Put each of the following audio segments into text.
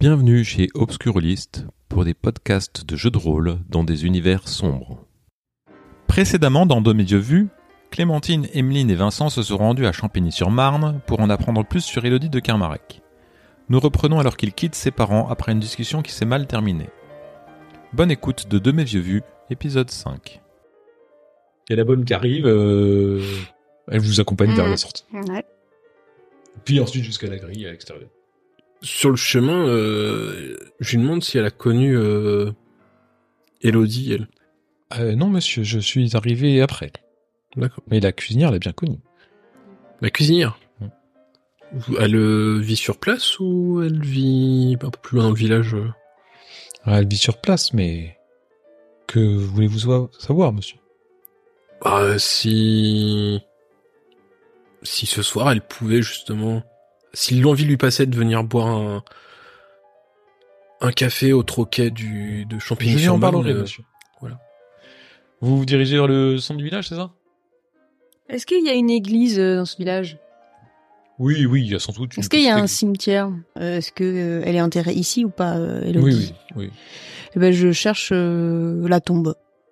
Bienvenue chez Obscurlist pour des podcasts de jeux de rôle dans des univers sombres. Précédemment dans De mes yeux vus, Clémentine, Emeline et Vincent se sont rendus à Champigny-sur-Marne pour en apprendre plus sur Élodie de Kermarec. Nous reprenons alors qu'ils quittent ses parents après une discussion qui s'est mal terminée. Bonne écoute de mes yeux vus, épisode 5. Il y a la bonne qui arrive, elle vous accompagne vers la sortie. Ouais. Puis ensuite jusqu'à la grille à l'extérieur. Sur le chemin, je lui demande si elle a connu Élodie, elle. Non, monsieur, je suis arrivé après. D'accord. Mais la cuisinière l'a bien connue. La cuisinière. Elle vit sur place ou elle vit un peu plus loin dans le village Elle vit sur place, mais... Que voulez-vous savoir, monsieur? Bah, si ce soir, elle pouvait justement... Si l'envie lui passait de venir boire un café au troquet de Champigny-sur-Marne... Je lui en parlerai, monsieur. Voilà. Vous vous dirigez vers le centre du village, c'est ça? Est-ce qu'il y a une église dans ce village? Oui, il y a sans doute une... Est-ce qu'il y a un cimetière? Est-ce que elle est enterrée ici ou pas, Élodie? Oui. Eh ben, je cherche la tombe.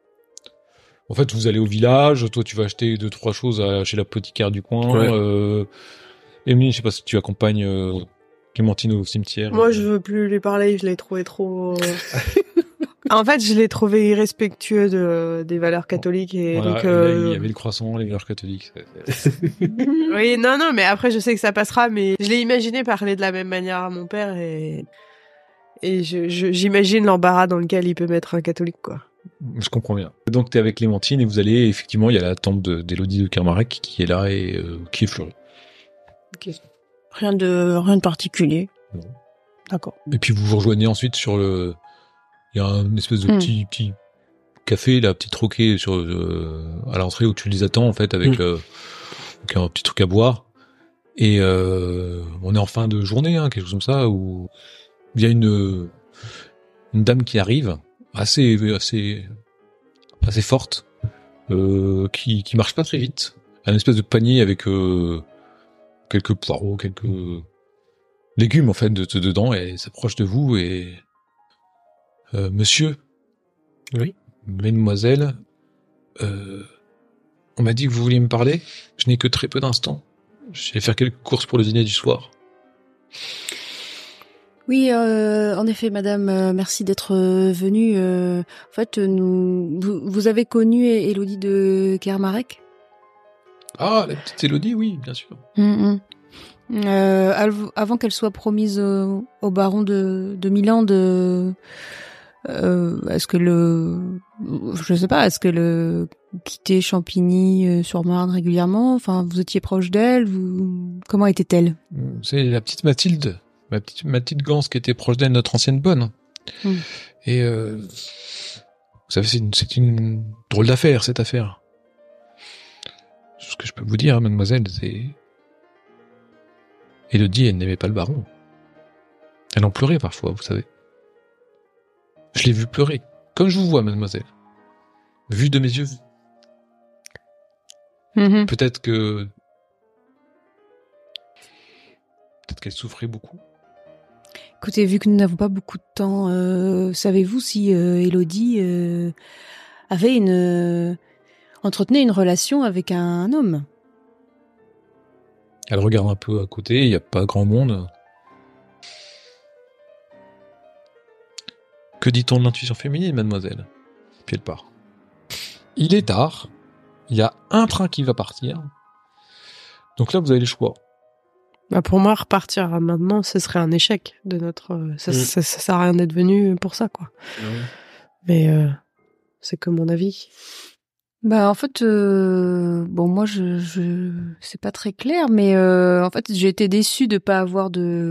En fait, vous allez au village, toi tu vas acheter 2-3 choses chez l'apothicaire du coin. Ouais. Émilie, je sais pas si tu accompagnes Clémentine au cimetière. Moi, je veux plus lui parler, je l'ai trouvé trop... En fait, je l'ai trouvé irrespectueux des valeurs catholiques et voilà, donc... et là, il y avait le croissant, les valeurs catholiques. Oui, non, mais après, je sais que ça passera, mais je l'ai imaginé parler de la même manière à mon père et j'imagine l'embarras dans lequel il peut mettre un catholique, quoi. Je comprends bien. Donc t'es avec Clémentine et vous allez, effectivement, il y a la tombe d'Élodie de Kermarec qui est là et qui est fleurie. Ok. Rien de particulier. Non. D'accord. Et puis vous vous rejoignez ensuite sur le... Il y a une espèce de petit café, là, petit troquet à l'entrée où tu les attends, en fait, avec un petit truc à boire. Et on est en fin de journée, quelque chose comme ça, où il y a une dame qui arrive, assez forte, qui marche pas très vite. Elle a une espèce de panier avec quelques poireaux, quelques légumes, en fait, dedans, et elle s'approche de vous et... monsieur. Oui. Mesdemoiselles, on m'a dit que vous vouliez me parler. Je n'ai que très peu d'instants. Je vais faire quelques courses pour le dîner du soir. Oui, en effet, madame, merci d'être venue. En fait, vous avez connu Élodie de Kermarec? Ah, la petite Élodie, oui, bien sûr. Avant qu'elle soit promise au baron de Milan, est-ce qu'elle quittait Champigny-sur-Marne régulièrement? Enfin, vous étiez proche d'elle? Comment était-elle? C'est la petite Mathilde. Ma petite Mathilde Gans qui était proche d'elle, notre ancienne bonne. Et vous savez, c'est une drôle d'affaire, cette affaire. Ce que je peux vous dire, mademoiselle, c'est... Élodie, elle n'aimait pas le baron. Elle en pleurait parfois, vous savez. Je l'ai vu pleurer, comme je vous vois, mademoiselle. Vu de mes yeux. Peut-être qu'elle souffrait beaucoup. Écoutez, vu que nous n'avons pas beaucoup de temps, savez-vous si Élodie entretenait une relation avec un homme? Elle regarde un peu à côté, il n'y a pas grand monde. Que dit-on de l'intuition féminine, mademoiselle? Puis elle part. Il est tard, il y a un train qui va partir. Donc là, vous avez le choix. Bah pour moi, repartir maintenant, ce serait un échec de notre... Ça sert à rien d'être venu pour ça, quoi. Mais c'est que mon avis. Bah en fait, bon moi je c'est pas très clair, mais en fait j'ai été déçue de pas avoir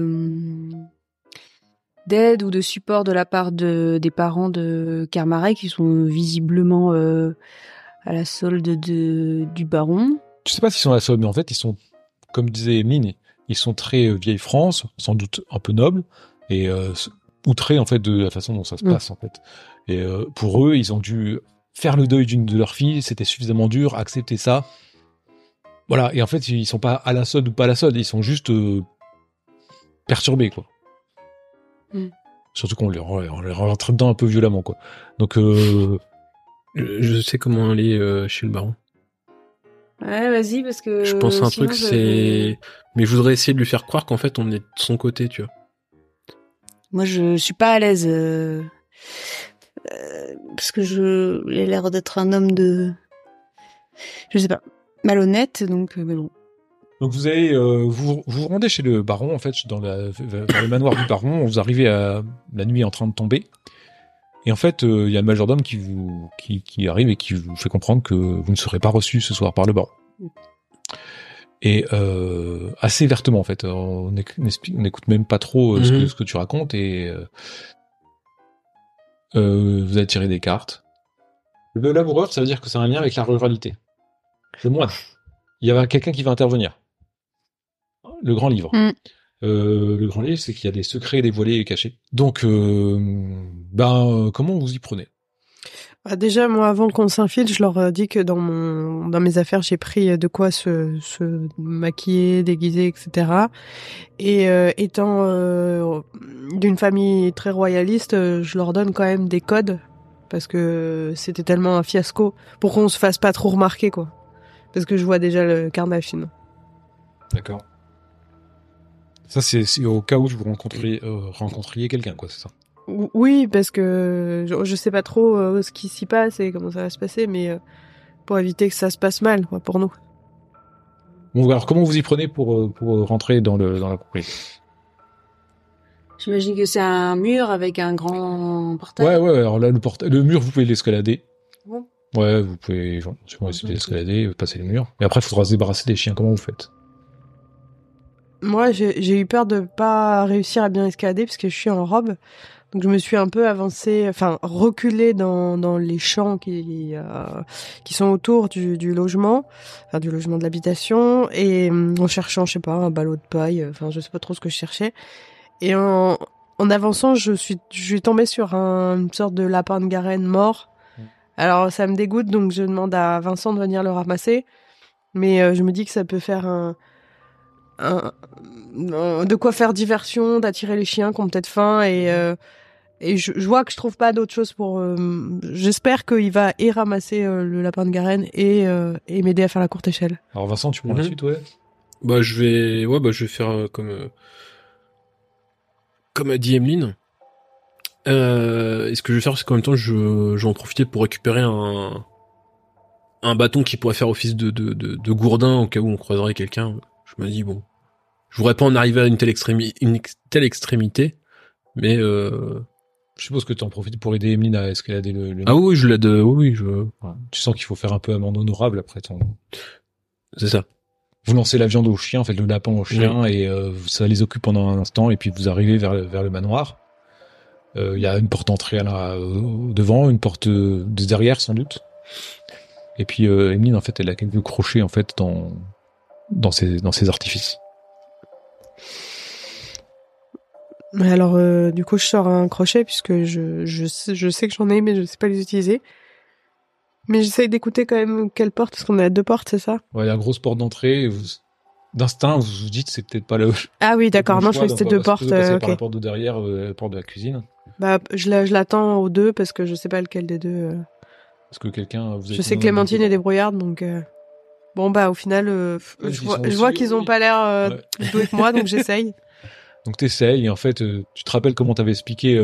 d'aide ou de support de la part des parents de Kermarec qui sont visiblement à la solde du baron. Je sais pas s'ils sont à la solde, mais en fait ils sont, comme disait Emeline, ils sont très vieille France, sans doute un peu nobles et outrés en fait de la façon dont ça se passe en fait. Et pour eux, ils ont dû faire le deuil d'une de leurs filles, c'était suffisamment dur, accepter ça. Voilà, et en fait, ils sont pas à la solde ou pas à la solde, ils sont juste perturbés, quoi. Surtout qu'on les rentre dedans un peu violemment, quoi. Donc, je sais comment aller chez le baron. Ouais, vas-y, parce que... Je pense un sinon, truc, c'est... Mais je voudrais essayer de lui faire croire qu'en fait, on est de son côté, tu vois. Moi, je suis pas à l'aise. Parce que il a l'air d'être un homme je sais pas, malhonnête, donc, mais bon. Donc vous allez, vous rendez chez le baron, en fait, vers le manoir du baron. Vous arrivez à la nuit en train de tomber. Et en fait, il y a le majordome qui arrive et qui vous fait comprendre que vous ne serez pas reçu ce soir par le baron. Et assez vertement, en fait. On n'écoute même pas trop ce que tu racontes. Et vous allez tirer des cartes. Le laboureur, ça veut dire que c'est un lien avec la ruralité. Le moine. Il y a quelqu'un qui va intervenir. Le grand livre. Le grand livre, c'est qu'il y a des secrets dévoilés et cachés. Donc, comment vous y prenez? Déjà, moi, avant qu'on s'infile, je leur dis que dans mes affaires, j'ai pris de quoi se maquiller, déguiser, etc. Et étant d'une famille très royaliste, je leur donne quand même des codes parce que c'était tellement un fiasco pour qu'on se fasse pas trop remarquer, quoi. Parce que je vois déjà le carnage, sinon. D'accord. Ça, c'est au cas où vous rencontriez quelqu'un, quoi, c'est ça? Oui, parce que je sais pas trop ce qui s'y passe et comment ça va se passer, mais pour éviter que ça se passe mal, quoi, pour nous. Bon, alors comment vous y prenez pour rentrer dans la propriété? J'imagine que c'est un mur avec un grand portail. Ouais. Alors là, le mur, vous pouvez l'escalader. Bon. Ouais, vous pouvez sûrement essayer de l'escalader, passer le mur. Et après, il faudra se débarrasser des chiens. Comment vous faites? Moi, j'ai eu peur de pas réussir à bien escalader parce que je suis en robe. Donc je me suis un peu reculée dans les champs qui sont autour du logement, enfin du logement de l'habitation, et en cherchant, je sais pas, un ballot de paille, je sais pas trop ce que je cherchais. Et en avançant, je suis tombée sur une sorte de lapin de Garenne mort. Alors ça me dégoûte, donc je demande à Vincent de venir le ramasser, mais je me dis que ça peut faire de quoi faire diversion, d'attirer les chiens qui ont peut-être faim, et je vois que je trouve pas d'autre chose pour. J'espère qu'il va ramasser le lapin de Garenne et m'aider à faire la courte échelle. Alors Vincent, tu prends la suite, ouais. Je vais faire comme a dit Emeline. Et ce que je vais faire, c'est qu'en même temps, je vais en profiter pour récupérer un bâton qui pourrait faire office de gourdin au cas où on croiserait quelqu'un. Je me dis bon, je voudrais pas en arriver à une telle extrémité, mais je suppose que tu en profites pour aider Emeline à escalader le... Ah oui, je l'aide. Oui, Ouais. Tu sens qu'il faut faire un peu amende honorable après ton... C'est ça. Vous lancez la viande aux chiens, en fait le lapin aux chiens, et ça les occupe pendant un instant, et puis vous arrivez vers le manoir. Il y a une porte d'entrée devant, une porte de derrière sans doute. Et puis Emeline, en fait, elle a quelques crochets en fait dans ses artifices. Alors du coup, je sors un crochet puisque je sais que j'en ai, mais je sais pas les utiliser. Mais j'essaye d'écouter quand même quelle porte, parce qu'on a 2 portes, c'est ça? Ouais, la grosse porte d'entrée. D'instinct, vous vous dites c'est peut-être pas le. Ah oui, d'accord. Non, je crois que c'était 2 portes. Par la porte de derrière, la porte de la cuisine. Je l'attends aux 2 parce que je sais pas lequel des 2. Parce que quelqu'un. Je sais que Clémentine est débrouillarde, donc. Bon au final, je vois qu'ils ont pas l'air plus doués que moi, donc j'essaye. Donc t'essayes, et en fait, tu te rappelles comment t'avais expliqué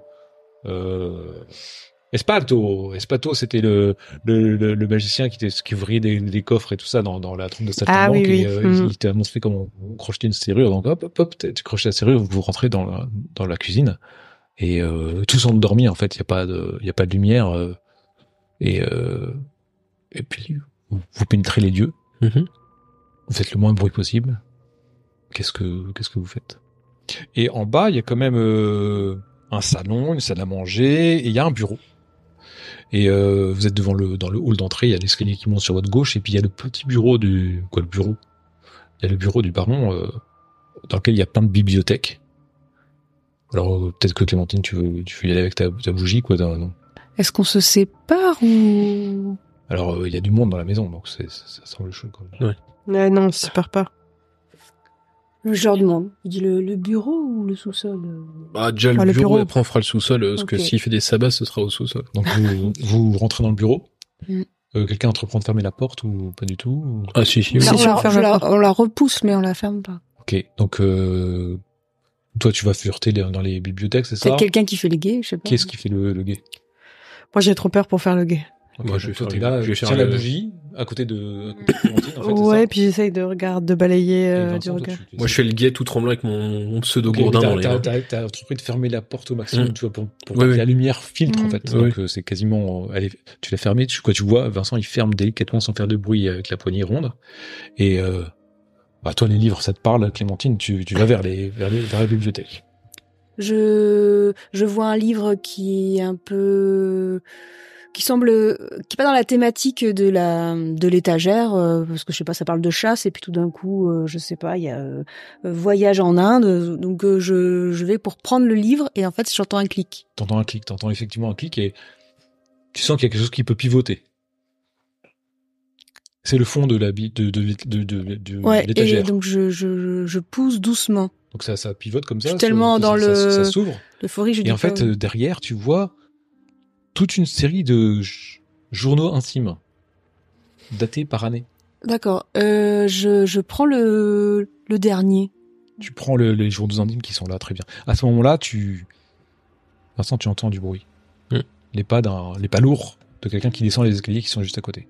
Espato, c'était le magicien qui ouvrait des coffres et tout ça dans la trompe de Saltimbanque. Oui. Il t'a montré comment crocheter une serrure. Donc hop, tu croches la serrure, vous rentrez dans la cuisine, et tous sont endormis en fait. Il y a pas de lumière, et puis vous pénétrez les lieux. Vous faites le moins de bruit possible. Qu'est-ce que vous faites? Et en bas, il y a quand même un salon, une salle à manger, et il y a un bureau. Et vous êtes dans le hall d'entrée, il y a l'escalier qui monte sur votre gauche, et puis il y a le petit bureau il y a le bureau du baron, dans lequel il y a plein de bibliothèques. Alors peut-être que Clémentine, tu veux y aller avec ta bougie, quoi. Non. Est-ce qu'on se sépare ou... Alors il y a du monde dans la maison, donc ça semble chaud, quoi. Ouais. Non, on se sépare pas. Je leur demande. Il dit le bureau ou le sous-sol Bah, déjà le bureau, et après on fera le sous-sol, parce que s'il fait des sabbats, ce sera au sous-sol. Donc vous rentrez dans le bureau. Mm. Quelqu'un entreprend de fermer la porte ou pas du tout ou... Ah si. Non, on la repousse, mais on la ferme pas. Ok, donc toi tu vas fureter dans les bibliothèques, c'est ça? Peut-être quelqu'un qui fait les gays, je sais pas. Qui est-ce qui fait le guet? Moi, j'ai trop peur pour faire le guet. Okay, moi, je vais toi, faire t'es là, je vais tiens faire la le- bougie à côté de Clémentine, en fait, c'est Ouais, ça? puis j'essaye de balayer Et du Vincent, toi, regard. tu- Moi, je fais le guet tout tremblant avec mon pseudo Ok, gourdin mais dans les mains. t'as entrepris de fermer la porte au maximum, tu vois, pour Oui, pas que oui. la lumière filtre, en fait. Oui. Donc, c'est quasiment, tu l'as fermé, tu vois, Vincent, il ferme délicatement sans faire de bruit avec la poignée ronde. Et, bah, toi, les livres, ça te parle, Clémentine, tu vas vers la bibliothèque. Je vois un livre qui est un peu, qui est pas dans la thématique de l'étagère, parce que je sais pas, ça parle de chasse et puis tout d'un coup, je sais pas, il y a voyage en Inde, donc je vais pour prendre le livre et en fait j'entends un clic. T'entends effectivement un clic et tu sens qu'il y a quelque chose qui peut pivoter. C'est le fond de Ouais, l'étagère. et donc je pousse doucement. Donc ça pivote comme ça. Je suis tellement dans ça s'ouvre. l'euphorie, je dis Et en pas fait, oui. derrière, tu vois toute une série de journaux intimes datés par année. D'accord. Je prends le dernier. Tu prends les journaux intimes qui sont là, très bien. À ce moment-là, Vincent, tu entends du bruit. Les pas lourds de quelqu'un qui descend les escaliers qui sont juste à côté.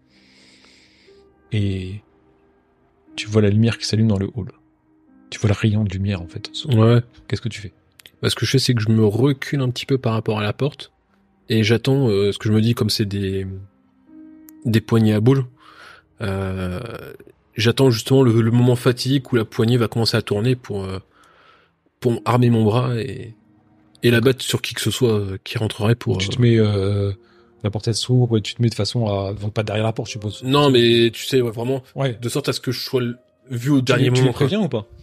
Et tu vois la lumière qui s'allume dans le hall. Tu vois le rayon de lumière, en fait. Ouais. Qu'est-ce que tu fais? Bah, ce que je fais, c'est que je me recule un petit peu par rapport à la porte. Et j'attends, ce que je me dis, comme c'est des poignées à boules, j'attends justement le moment fatidique où la poignée va commencer à tourner pour armer mon bras et la battre sur qui que ce soit qui rentrerait pour... Tu te mets... la porte elle s'ouvre et tu te mets de façon à... Donc pas derrière la porte, je suppose. Non, mais tu sais, ouais, vraiment, Ouais. de sorte à ce que je sois vu au dernier Tu moment. les préviens ou pas?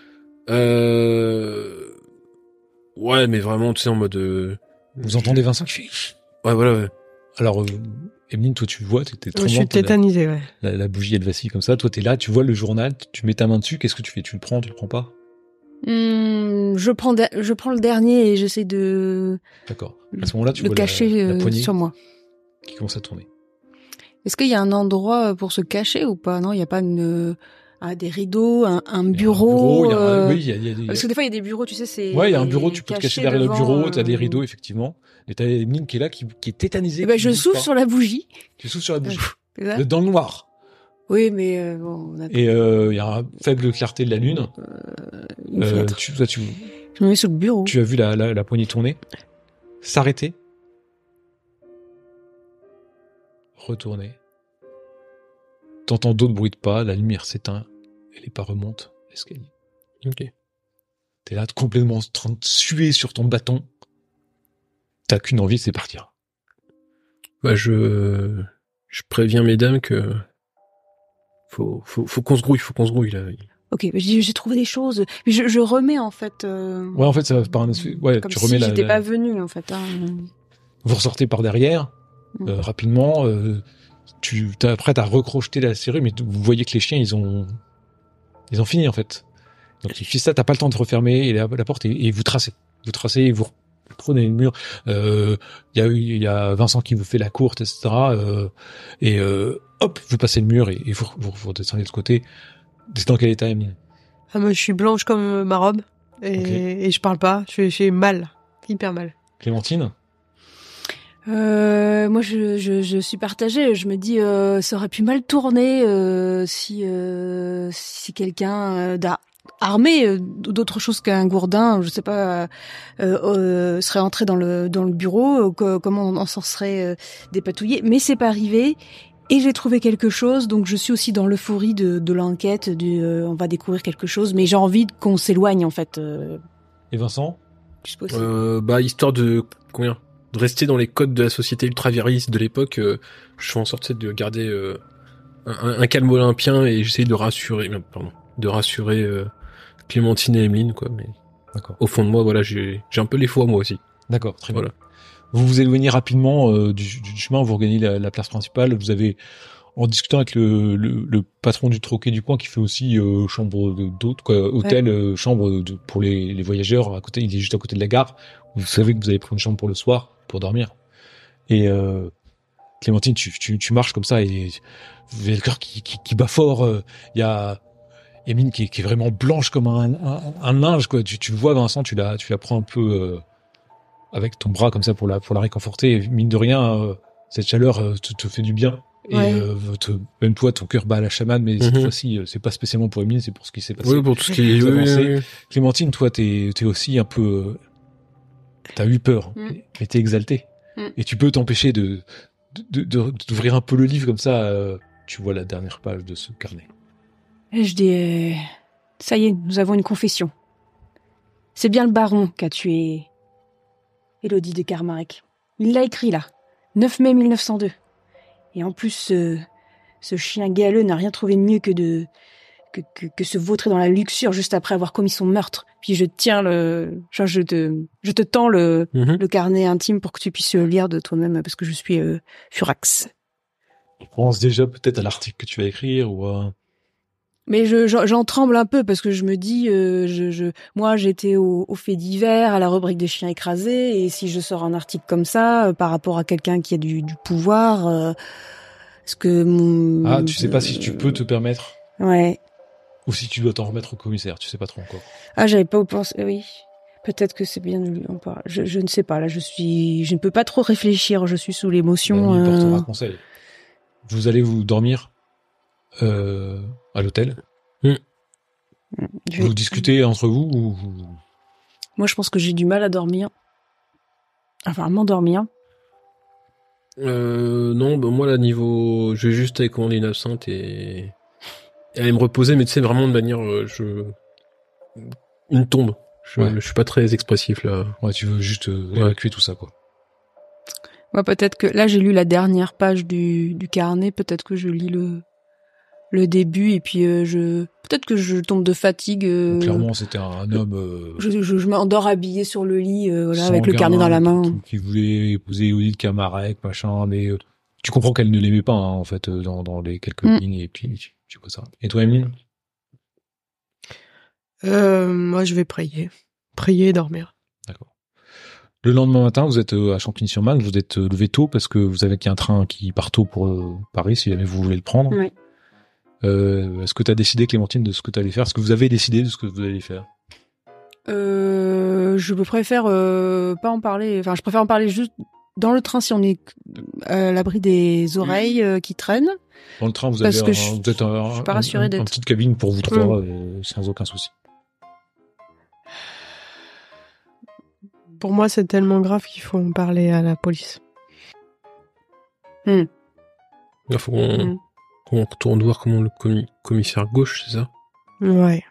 Ouais, mais vraiment, tu sais, en mode... Vous entendez Vincent qui fait... Ouais, voilà, ouais. Alors, Emeline, toi tu vois, t'es Je suis tremblante. tétanisée, ouais. La bougie elle vacille comme ça. Toi t'es là, tu vois le journal, tu mets ta main dessus, qu'est-ce que tu fais? Tu le prends, tu le prends pas? Je prends le dernier et j'essaie de D'accord. À ce moment-là, tu le vois cacher la poignée sur moi. qui commence à tourner. Est-ce qu'il y a un endroit pour se cacher ou pas? Non, il y a pas des rideaux, un bureau. Il y a un bureau, il y a des... Parce que des fois il y a des bureaux, tu sais, c'est. Ouais, il y a un bureau, tu peux te cacher derrière le bureau, t'as des rideaux. rideaux, effectivement. Et t'as Emeline qui est là, qui est tétanisée. Et ben qui je bouge souffle pas. sur la bougie. Tu souffles sur la bougie. C'est ça Dans le noir. Oui, mais bon, on a Et il y a une faible clarté de la lune. une fenêtre. Tu Je me mets sur le bureau. as vu la poignée tourner, s'arrêter, retourner. T'entends d'autres bruits de pas, la lumière s'éteint et les pas remontent l'escalier. Ok. T'es là complètement en train de suer sur ton bâton. T'as qu'une envie, c'est partir. Bah, je préviens mesdames que faut qu'on se grouille, là. Ok, je dis j'ai trouvé des choses. Mais je remets en fait. Ouais, en fait, ça va par un... Ouais, Comme tu si remets j'étais pas venue en fait. Vous ressortez par derrière, rapidement. Après, t'as recrocheté la serrure, mais vous voyez que les chiens, ils ont fini, en fait. Donc, il fait ça, t'as pas le temps de refermer et la porte et vous tracez. Vous tracez et vous prenez le mur. Il y a Vincent qui vous fait la courte, etc. Hop, vous passez le mur et vous descendez de ce côté. C'est dans quel état, Emile? Ah, moi, je suis blanche comme ma robe. Et, Ok. et je parle pas. Je suis mal. Hyper mal. Clémentine? Moi, je suis partagée. Je me dis, ça aurait pu mal tourner si quelqu'un armé d'autre chose qu'un gourdin, je sais pas, serait entré dans le bureau. Comment on s'en serait dépatouillé. Mais c'est pas arrivé. Et j'ai trouvé quelque chose, donc je suis aussi dans l'euphorie de l'enquête, on va découvrir quelque chose, mais j'ai envie qu'on s'éloigne en fait. Et Vincent? Je sais pas Bah, histoire de rester dans les codes de la société ultra-viriliste de l'époque, je fais en sorte de garder un calme olympien et j'essaye de rassurer Clémentine et Emeline, quoi. Mais D'accord. au fond de moi, voilà, j'ai un peu les foi moi aussi. D'accord, très bien. Voilà. Vous vous éloignez rapidement du chemin, vous regagnez la place principale, vous avez en discutant avec le patron du troquet du coin qui fait aussi chambre d'hôte, quoi, hôtel, chambre pour les voyageurs à côté, il est juste à côté de la gare. Vous savez que vous avez pris une chambre pour le soir pour dormir. Et Clémentine, tu marches comme ça et vous avez le cœur qui bat fort. Il y a Émile qui est vraiment blanche comme un linge, quoi. Tu le vois, Vincent, tu la prends un peu avec ton bras comme ça pour la réconforter. Et mine de rien, cette chaleur te fait du bien. Ouais. Et même toi, ton cœur bat à la chamade, mais cette fois-ci, c'est pas spécialement pour Émile, c'est pour ce qui s'est passé. Oui, pour tout ce qui est avancé. Clémentine, toi, t'es aussi un peu, t'as eu peur, mais t'es exalté. Et tu peux t'empêcher d'ouvrir un peu le livre comme ça. Tu vois la dernière page de ce carnet. Et je dis, ça y est, nous avons une confession. C'est bien le baron qui a tué Élodie de Carmarec. Il l'a écrit là, 9 mai 1902. Et en plus, ce chien galeux n'a rien trouvé de mieux que se vautrer dans la luxure juste après avoir commis son meurtre. Puis je te tends le carnet intime pour que tu puisses le lire de toi-même parce que je suis furax. Je pense déjà peut-être à l'article que tu vas écrire ou à... Mais j'en tremble un peu parce que je me dis, moi j'étais au fait divers, à la rubrique des chiens écrasés, et si je sors un article comme ça par rapport à quelqu'un qui a du pouvoir, est-ce que Ah, tu sais pas si tu peux te permettre. Ouais. Ou si tu dois t'en remettre au commissaire, tu sais pas trop encore. Ah, j'avais pas pensé. Oui, peut-être que c'est bien de lui en parler. Je ne sais pas. Là, je ne peux pas trop réfléchir. Je suis sous l'émotion. Il portera conseil. Vous allez vous dormir à l'hôtel. Vous discutez entre vous ou... Moi, je pense que j'ai du mal à dormir. Enfin, à m'endormir. Non, bah moi, là, niveau... Je vais juste aller commander une absinthe et aller me reposer, mais tu sais, vraiment de manière... Une tombe. Je suis pas très expressif, là. Ouais, tu veux juste évacuer tout ça, quoi. Ouais, peut-être que... Là, j'ai lu la dernière page du carnet. Peut-être que je lis le début et puis peut-être que je tombe de fatigue. Clairement, c'était un homme. Je m'endors habillé sur le lit, voilà, avec le carnet dans la main. Qui voulait épouser Élodie de Carmarec, machin, mais tu comprends qu'elle ne l'aimait pas, hein, en fait, dans les quelques lignes, et puis tu vois ça. Et toi, Emeline? Moi, je vais prier et dormir. D'accord. Le lendemain matin, vous êtes à Champigny-sur-Marne, vous êtes levé tôt parce que vous savez qu'il y a un train qui part tôt pour Paris, si jamais vous voulez le prendre. Oui. Est-ce que tu as décidé, Clémentine, de ce que tu allais faire? Est-ce que vous avez décidé de ce que vous allez faire? Je préfère pas en parler. Enfin, je préfère en parler juste dans le train si on est à l'abri des oreilles qui traînent. Dans le train, vous avez je suis pas rassurée d'être. Une petite cabine pour vous trois, sans aucun souci. Pour moi, c'est tellement grave qu'il faut en parler à la police. Il faut qu'on retourne voir comment le commissaire gauche, c'est ça? Ouais.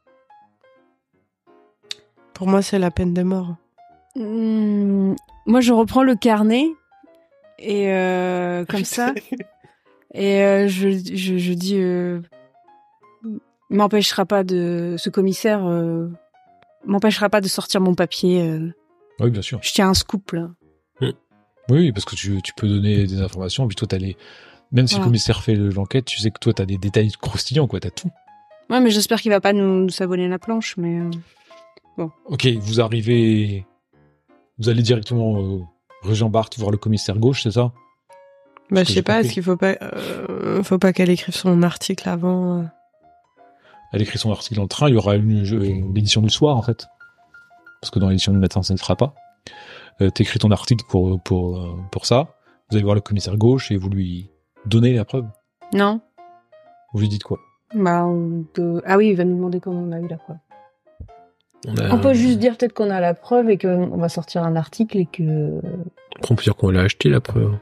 Pour moi, c'est la peine de mort. Moi, je reprends le carnet et comme ça, et je dis, m'empêchera pas de ce commissaire m'empêchera pas de sortir mon papier. Oui, bien sûr. Je tiens un scoop là. Oui, parce que tu peux donner des informations, puis toi t'as les... Même si le commissaire fait l'enquête, tu sais que toi t'as des détails croustillants, quoi, t'as tout. Ouais, mais j'espère qu'il va pas nous savonner la planche, mais bon. Ok, vous allez directement rue Jean-Bart voir le commissaire gauche, c'est ça? Bah, je sais pas, est-ce qu'il faut pas qu'elle écrive son article avant Elle écrit son article dans le train, il y aura l'édition du soir, en fait. Parce que dans l'édition du matin, ça ne fera pas. T'écris ton article pour ça. Vous allez voir le commissaire gauche et vous lui donnez la preuve. Non. Vous lui dites quoi? Bah, ah oui, il va nous demander comment on a eu la preuve. On peut juste dire peut-être qu'on a la preuve et qu'on va sortir un article et que... On peut dire qu'on l'a acheté, la preuve.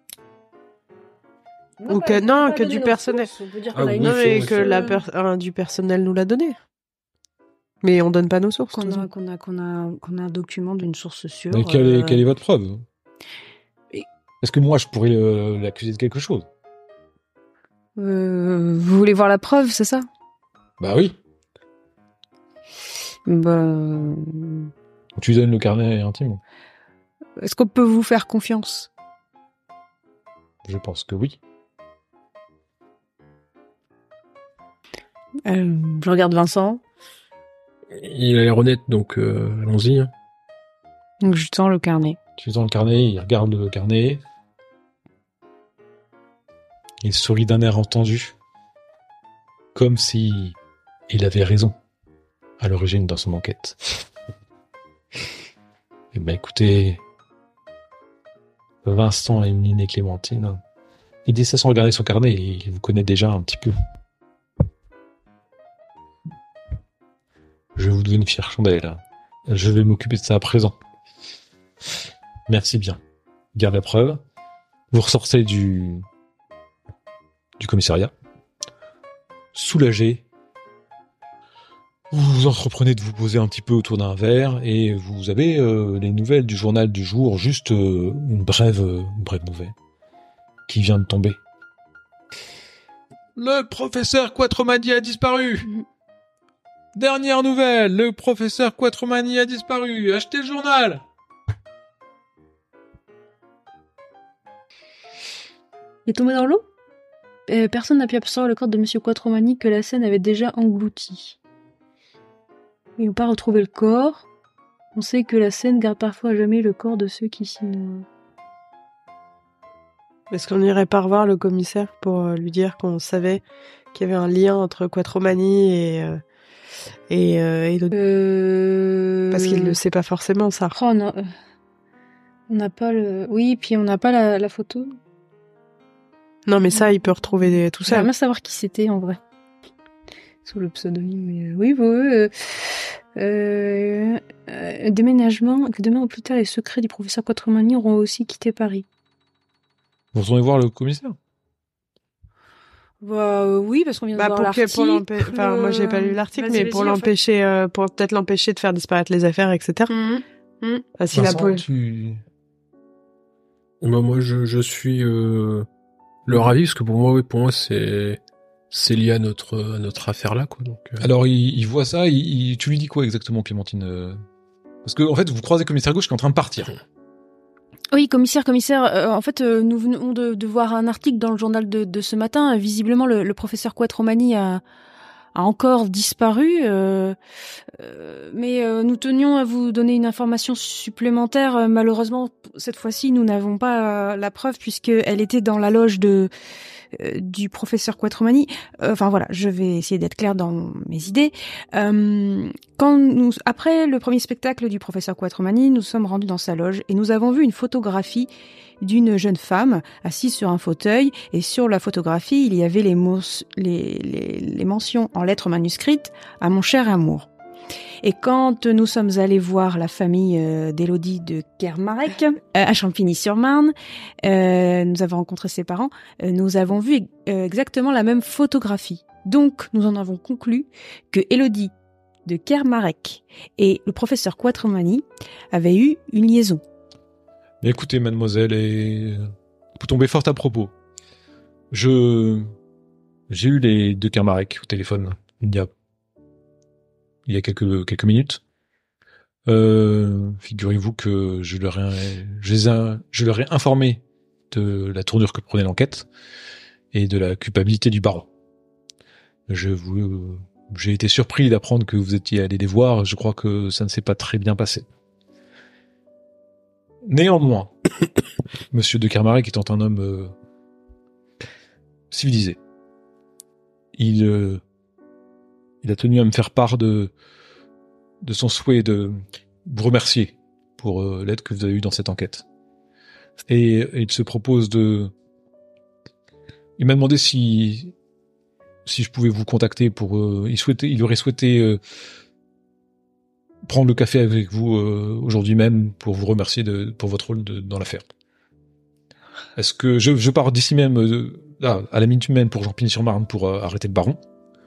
Ou que du personnel. On peut dire qu'on a une Non, mais source, que du personnel nous l'a donné. Mais on donne pas nos sources. Qu'on a un document d'une source sûre. Mais quelle est votre preuve? Est-ce que moi, je pourrais l'accuser de quelque chose? Vous voulez voir la preuve, c'est ça? Bah oui. Bah... Tu lui donnes le carnet intime? Est-ce qu'on peut vous faire confiance? Je pense que oui. Je regarde Vincent. Il a l'air honnête, donc allons-y. Hein. Donc je tends le carnet. Tu dans le carnet, il regarde le carnet. Il sourit d'un air entendu. Comme si il avait raison à l'origine dans son enquête. Eh ben écoutez, Vincent, Emeline et Clémentine, il dit ça sans regarder son carnet, il vous connaît déjà un petit peu. Je vais vous donner une fière chandelle. Je vais m'occuper de ça à présent. Merci bien. Garde la preuve. Vous ressortez du commissariat. Soulagé. Vous entreprenez de vous poser un petit peu autour d'un verre et vous avez les nouvelles du journal du jour, juste une brève nouvelle qui vient de tomber. Le professeur Quattromani a disparu. Dernière nouvelle, le professeur Quattromani a disparu. Achetez le journal. Il est tombé dans l'eau ? Personne n'a pu apercevoir le corps de Monsieur Quattromani que la Seine avait déjà englouti. Ils n'ont pas retrouvé le corps. On sait que la Seine garde parfois à jamais le corps de ceux qui s'y noient. Est-ce qu'on n'irait pas revoir le commissaire pour lui dire qu'on savait qu'il y avait un lien entre Quattromani et d'autres... Parce qu'il le sait pas forcément, ça. Oh, on n'a pas le... Oui, puis on n'a pas la photo. Non, mais ça, il peut retrouver tout ça. J'aimerais bien savoir qui c'était, en vrai. Sous le pseudonyme, mais oui, déménagement, que demain ou plus tard, les secrets du professeur Quattromani auront aussi quitté Paris. Vous retournez voir le commissaire ? Oui, parce qu'on vient de voir l'article. Enfin, moi, j'ai pas lu l'article, mais pour l'empêcher, pour peut-être l'empêcher de faire disparaître les affaires, etc. Parce qu'il a Moi, je suis leur avis, parce que pour moi, c'est lié à notre affaire là, quoi. Donc. Alors, il voit ça. Tu lui dis quoi exactement, Clémentine ? Parce que en fait, vous croisez le commissaire Gauche qui est en train de partir. Oui, commissaire. En fait, nous venons de voir un article dans le journal de ce matin. Visiblement, le professeur Quattromani a encore disparu. Mais nous tenions à vous donner une information supplémentaire. Malheureusement, cette fois-ci, nous n'avons pas la preuve puisqu'elle était dans la loge du professeur Quattromani. Enfin voilà, je vais essayer d'être claire dans mes idées. Après le premier spectacle du professeur Quattromani, nous sommes rendus dans sa loge et nous avons vu une photographie d'une jeune femme assise sur un fauteuil, et sur la photographie, il y avait les mentions en lettres manuscrites « À mon cher amour ». Et quand nous sommes allés voir la famille d'Élodie de Kermarec à Champigny-sur-Marne, nous avons rencontré ses parents, nous avons vu exactement la même photographie. Donc, nous en avons conclu que Élodie de Kermarec et le professeur Quattromani avaient eu une liaison. Mais écoutez, mademoiselle, vous tombez fort à propos. J'ai eu les deux Kermarec au téléphone il y a quelques minutes. Figurez-vous que je leur ai informé de la tournure que prenait l'enquête et de la culpabilité du baron. J'ai été surpris d'apprendre que vous étiez allé les voir. Je crois que ça ne s'est pas très bien passé. Néanmoins, Monsieur de Kermarec étant un homme civilisé, il a tenu à me faire part de son souhait de vous remercier pour l'aide que vous avez eue dans cette enquête. Et il se propose il m'a demandé si je pouvais vous contacter pour... il aurait souhaité prendre le café avec vous aujourd'hui même pour vous remercier pour votre rôle dans l'affaire. Est-ce que je pars d'ici même, à la minute même pour Champigny-sur-Marne pour arrêter le baron.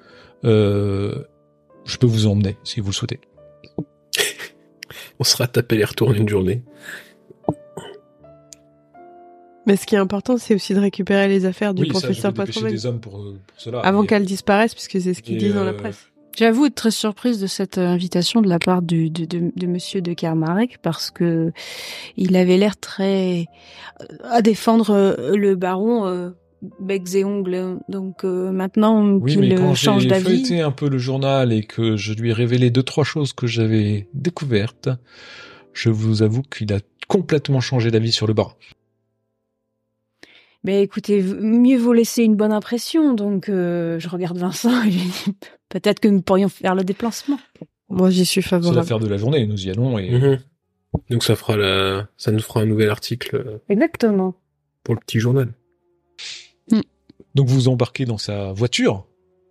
Je peux vous emmener si vous le souhaitez. On sera tapé les retours une journée. Mais ce qui est important, c'est aussi de récupérer les affaires du professeur Quattromani. Des hommes pour cela. Avant qu'elles disparaissent, puisque c'est ce qu'ils disent dans la presse. J'avoue être très surprise de cette invitation de la part de Monsieur de Kermarec, parce que il avait l'air très à défendre le baron becs et ongles. Donc maintenant Oui, mais quand qu'il change j'ai d'avis. feuilleté un peu le journal et que je lui ai révélé 2-3 choses que j'avais découvertes, je vous avoue qu'il a complètement changé d'avis sur le baron. Mais écoutez, mieux vaut laisser une bonne impression. Donc je regarde Vincent et je lui dis peut-être que nous pourrions faire le déplacement. Moi, j'y suis C'est favorable. l'affaire de la journée, nous y allons et Donc ça nous fera un nouvel article Exactement. pour le petit journal. donc vous embarquez dans sa voiture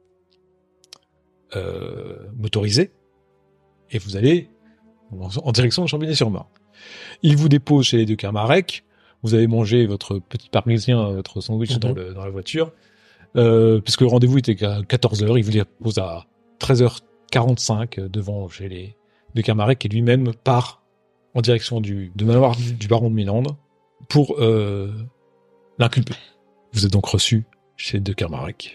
motorisée et vous allez en direction de Champigny-sur-Marne. Il vous dépose chez les deux Kermarec. Vous avez mangé votre petit parisien, votre sandwich dans la voiture. Puisque le rendez-vous était à 14h, il vous dépose à 13h45 devant chez les deux Kermarec et lui-même part en direction de manoir du baron de Mélande pour l'inculper. Vous êtes donc reçu chez les deux Kermarec.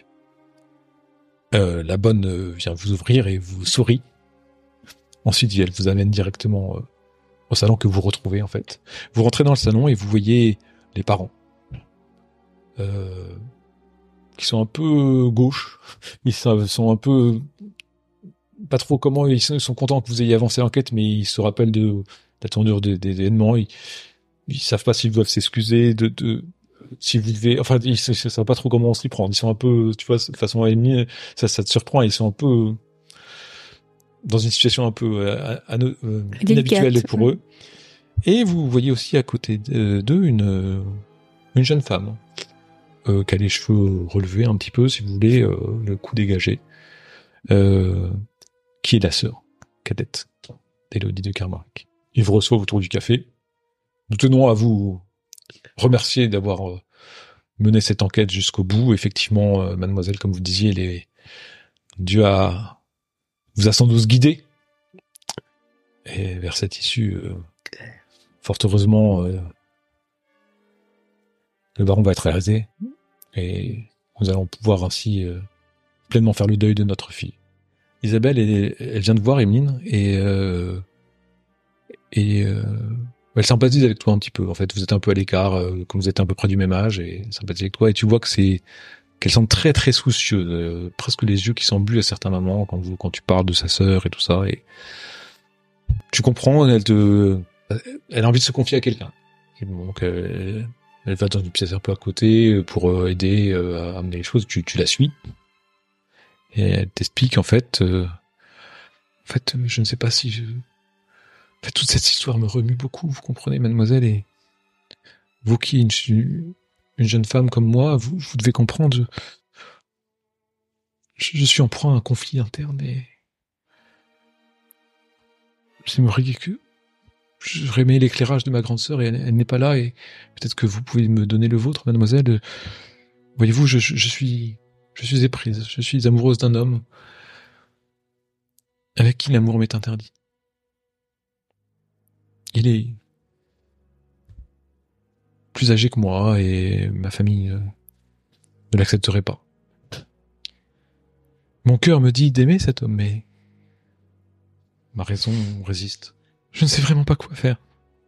La bonne vient vous ouvrir et vous sourit. Ensuite, elle vous amène directement au salon que vous retrouvez en fait. Vous rentrez dans le salon et vous voyez les parents qui sont un peu gauches. Ils sont un peu pas trop comment ils sont contents que vous ayez avancé l'enquête, mais ils se rappellent de la tournure des événements. Ils savent pas s'ils doivent s'excuser si vous devez. Enfin, ils savent pas trop comment on s'y prend. Ils sont un peu, tu vois, de façon ennemie. Ça te surprend. Ils sont un peu dans une situation un peu inhabituelle pour eux. Et vous voyez aussi à côté d'eux une jeune femme qui a les cheveux relevés un petit peu, si vous voulez, le cou dégagé, qui est la sœur cadette d'Élodie de Kermarec. Ils vous reçoivent autour du café. Nous tenons à vous remercier d'avoir mené cette enquête jusqu'au bout. Effectivement, mademoiselle, comme vous disiez, Dieu vous a sans doute guidé et vers cette issue. Fort heureusement, le baron va être arrêté et nous allons pouvoir ainsi pleinement faire le deuil de notre fille. Isabelle, elle vient de voir Emeline et elle sympathise avec toi un petit peu. En fait, vous êtes un peu à l'écart, comme vous êtes à peu près du même âge, et elle sympathise avec toi. Et tu vois qu'elle semble très très soucieuse, presque les yeux qui s'embuent à certains moments quand tu parles de sa sœur et tout ça. Et tu comprends, elle a envie de se confier à quelqu'un. Et donc, elle va dans une pièce un peu à côté pour aider à amener les choses. Tu la suis. Et elle t'explique, en fait, je ne sais pas si En fait, toute cette histoire me remue beaucoup, vous comprenez, mademoiselle, et vous qui êtes une jeune femme comme moi, vous devez comprendre, je suis en proie à un conflit interne et j'aimerais que j'aurais aimé l'éclairage de ma grande sœur et elle n'est pas là et peut-être que vous pouvez me donner le vôtre, mademoiselle. Voyez-vous, je suis éprise, je suis amoureuse d'un homme avec qui l'amour m'est interdit. Il est plus âgé que moi et ma famille ne l'accepterait pas. Mon cœur me dit d'aimer cet homme, mais ma raison résiste. Je ne sais vraiment pas quoi faire.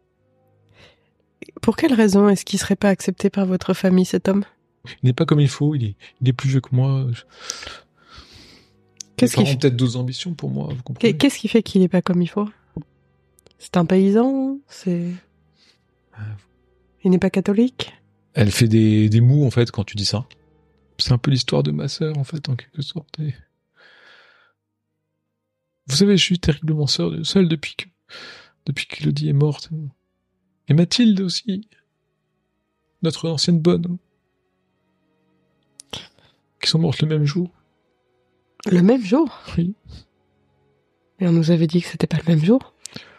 Pour quelle raison est-ce qu'il serait pas accepté par votre famille, cet homme ? Il n'est pas comme il faut, il est plus vieux que moi. Qu'est-ce qu'il fait peut-être d'autres ambitions pour moi, vous comprenez ? Qu'est-ce qui fait qu'il est pas comme il faut ? C'est un paysan ? Il n'est pas catholique ? Elle fait des mous, en fait, quand tu dis ça. C'est un peu l'histoire de ma sœur, en fait, en quelque sorte. Et... Vous savez, je suis terriblement seul depuis qu'Élodie est morte. Et Mathilde aussi. Notre ancienne bonne. Qui sont mortes le même jour. Le même jour ? Oui. Et on nous avait dit que c'était pas le même jour ?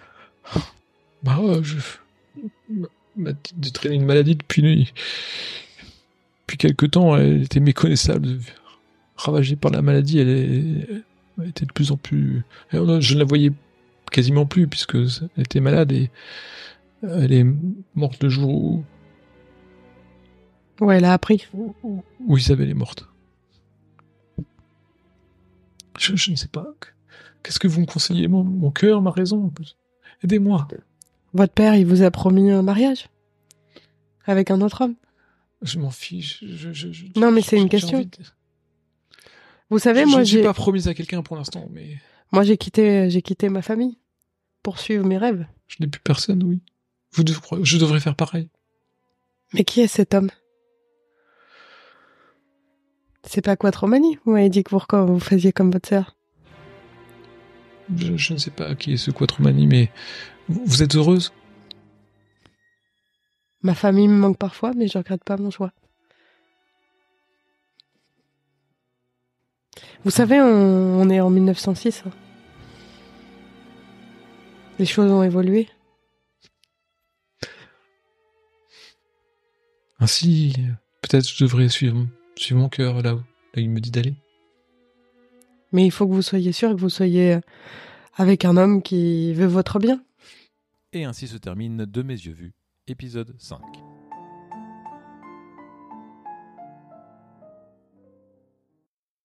Mathilde traînait une maladie depuis quelque temps. Elle était méconnaissable. Ravagée par la maladie, elle était de plus en plus... Je ne la voyais quasiment plus, puisque elle était malade et elle est morte le jour où... Ouais, elle a appris. Où Isabelle est morte. Je ne sais pas. Qu'est-ce que vous me conseillez ? Mon cœur, ma raison ? Aidez-moi. Votre père, il vous a promis un mariage ? Avec un autre homme ? Je m'en fiche. Non, mais c'est une j'ai question. envie de- Vous savez, je moi, ne suis j'ai pas promise à quelqu'un pour l'instant, mais j'ai quitté ma famille pour suivre mes rêves. je n'ai plus personne, oui. Je devrais faire pareil. Mais qui est cet homme? C'est pas Quattromanie? Vous m'avez dit que vous faisiez comme votre sœur. Je ne sais pas qui est ce Quattromanie, mais vous êtes heureuse? Ma famille me manque parfois, mais je regrette pas mon choix. Vous savez, on est en 1906. Hein. Les choses ont évolué. Ainsi, peut-être je devrais suivre mon cœur là où il me dit d'aller. Mais il faut que vous soyez sûr que vous soyez avec un homme qui veut votre bien. Et ainsi se termine De mes yeux vus, épisode 5.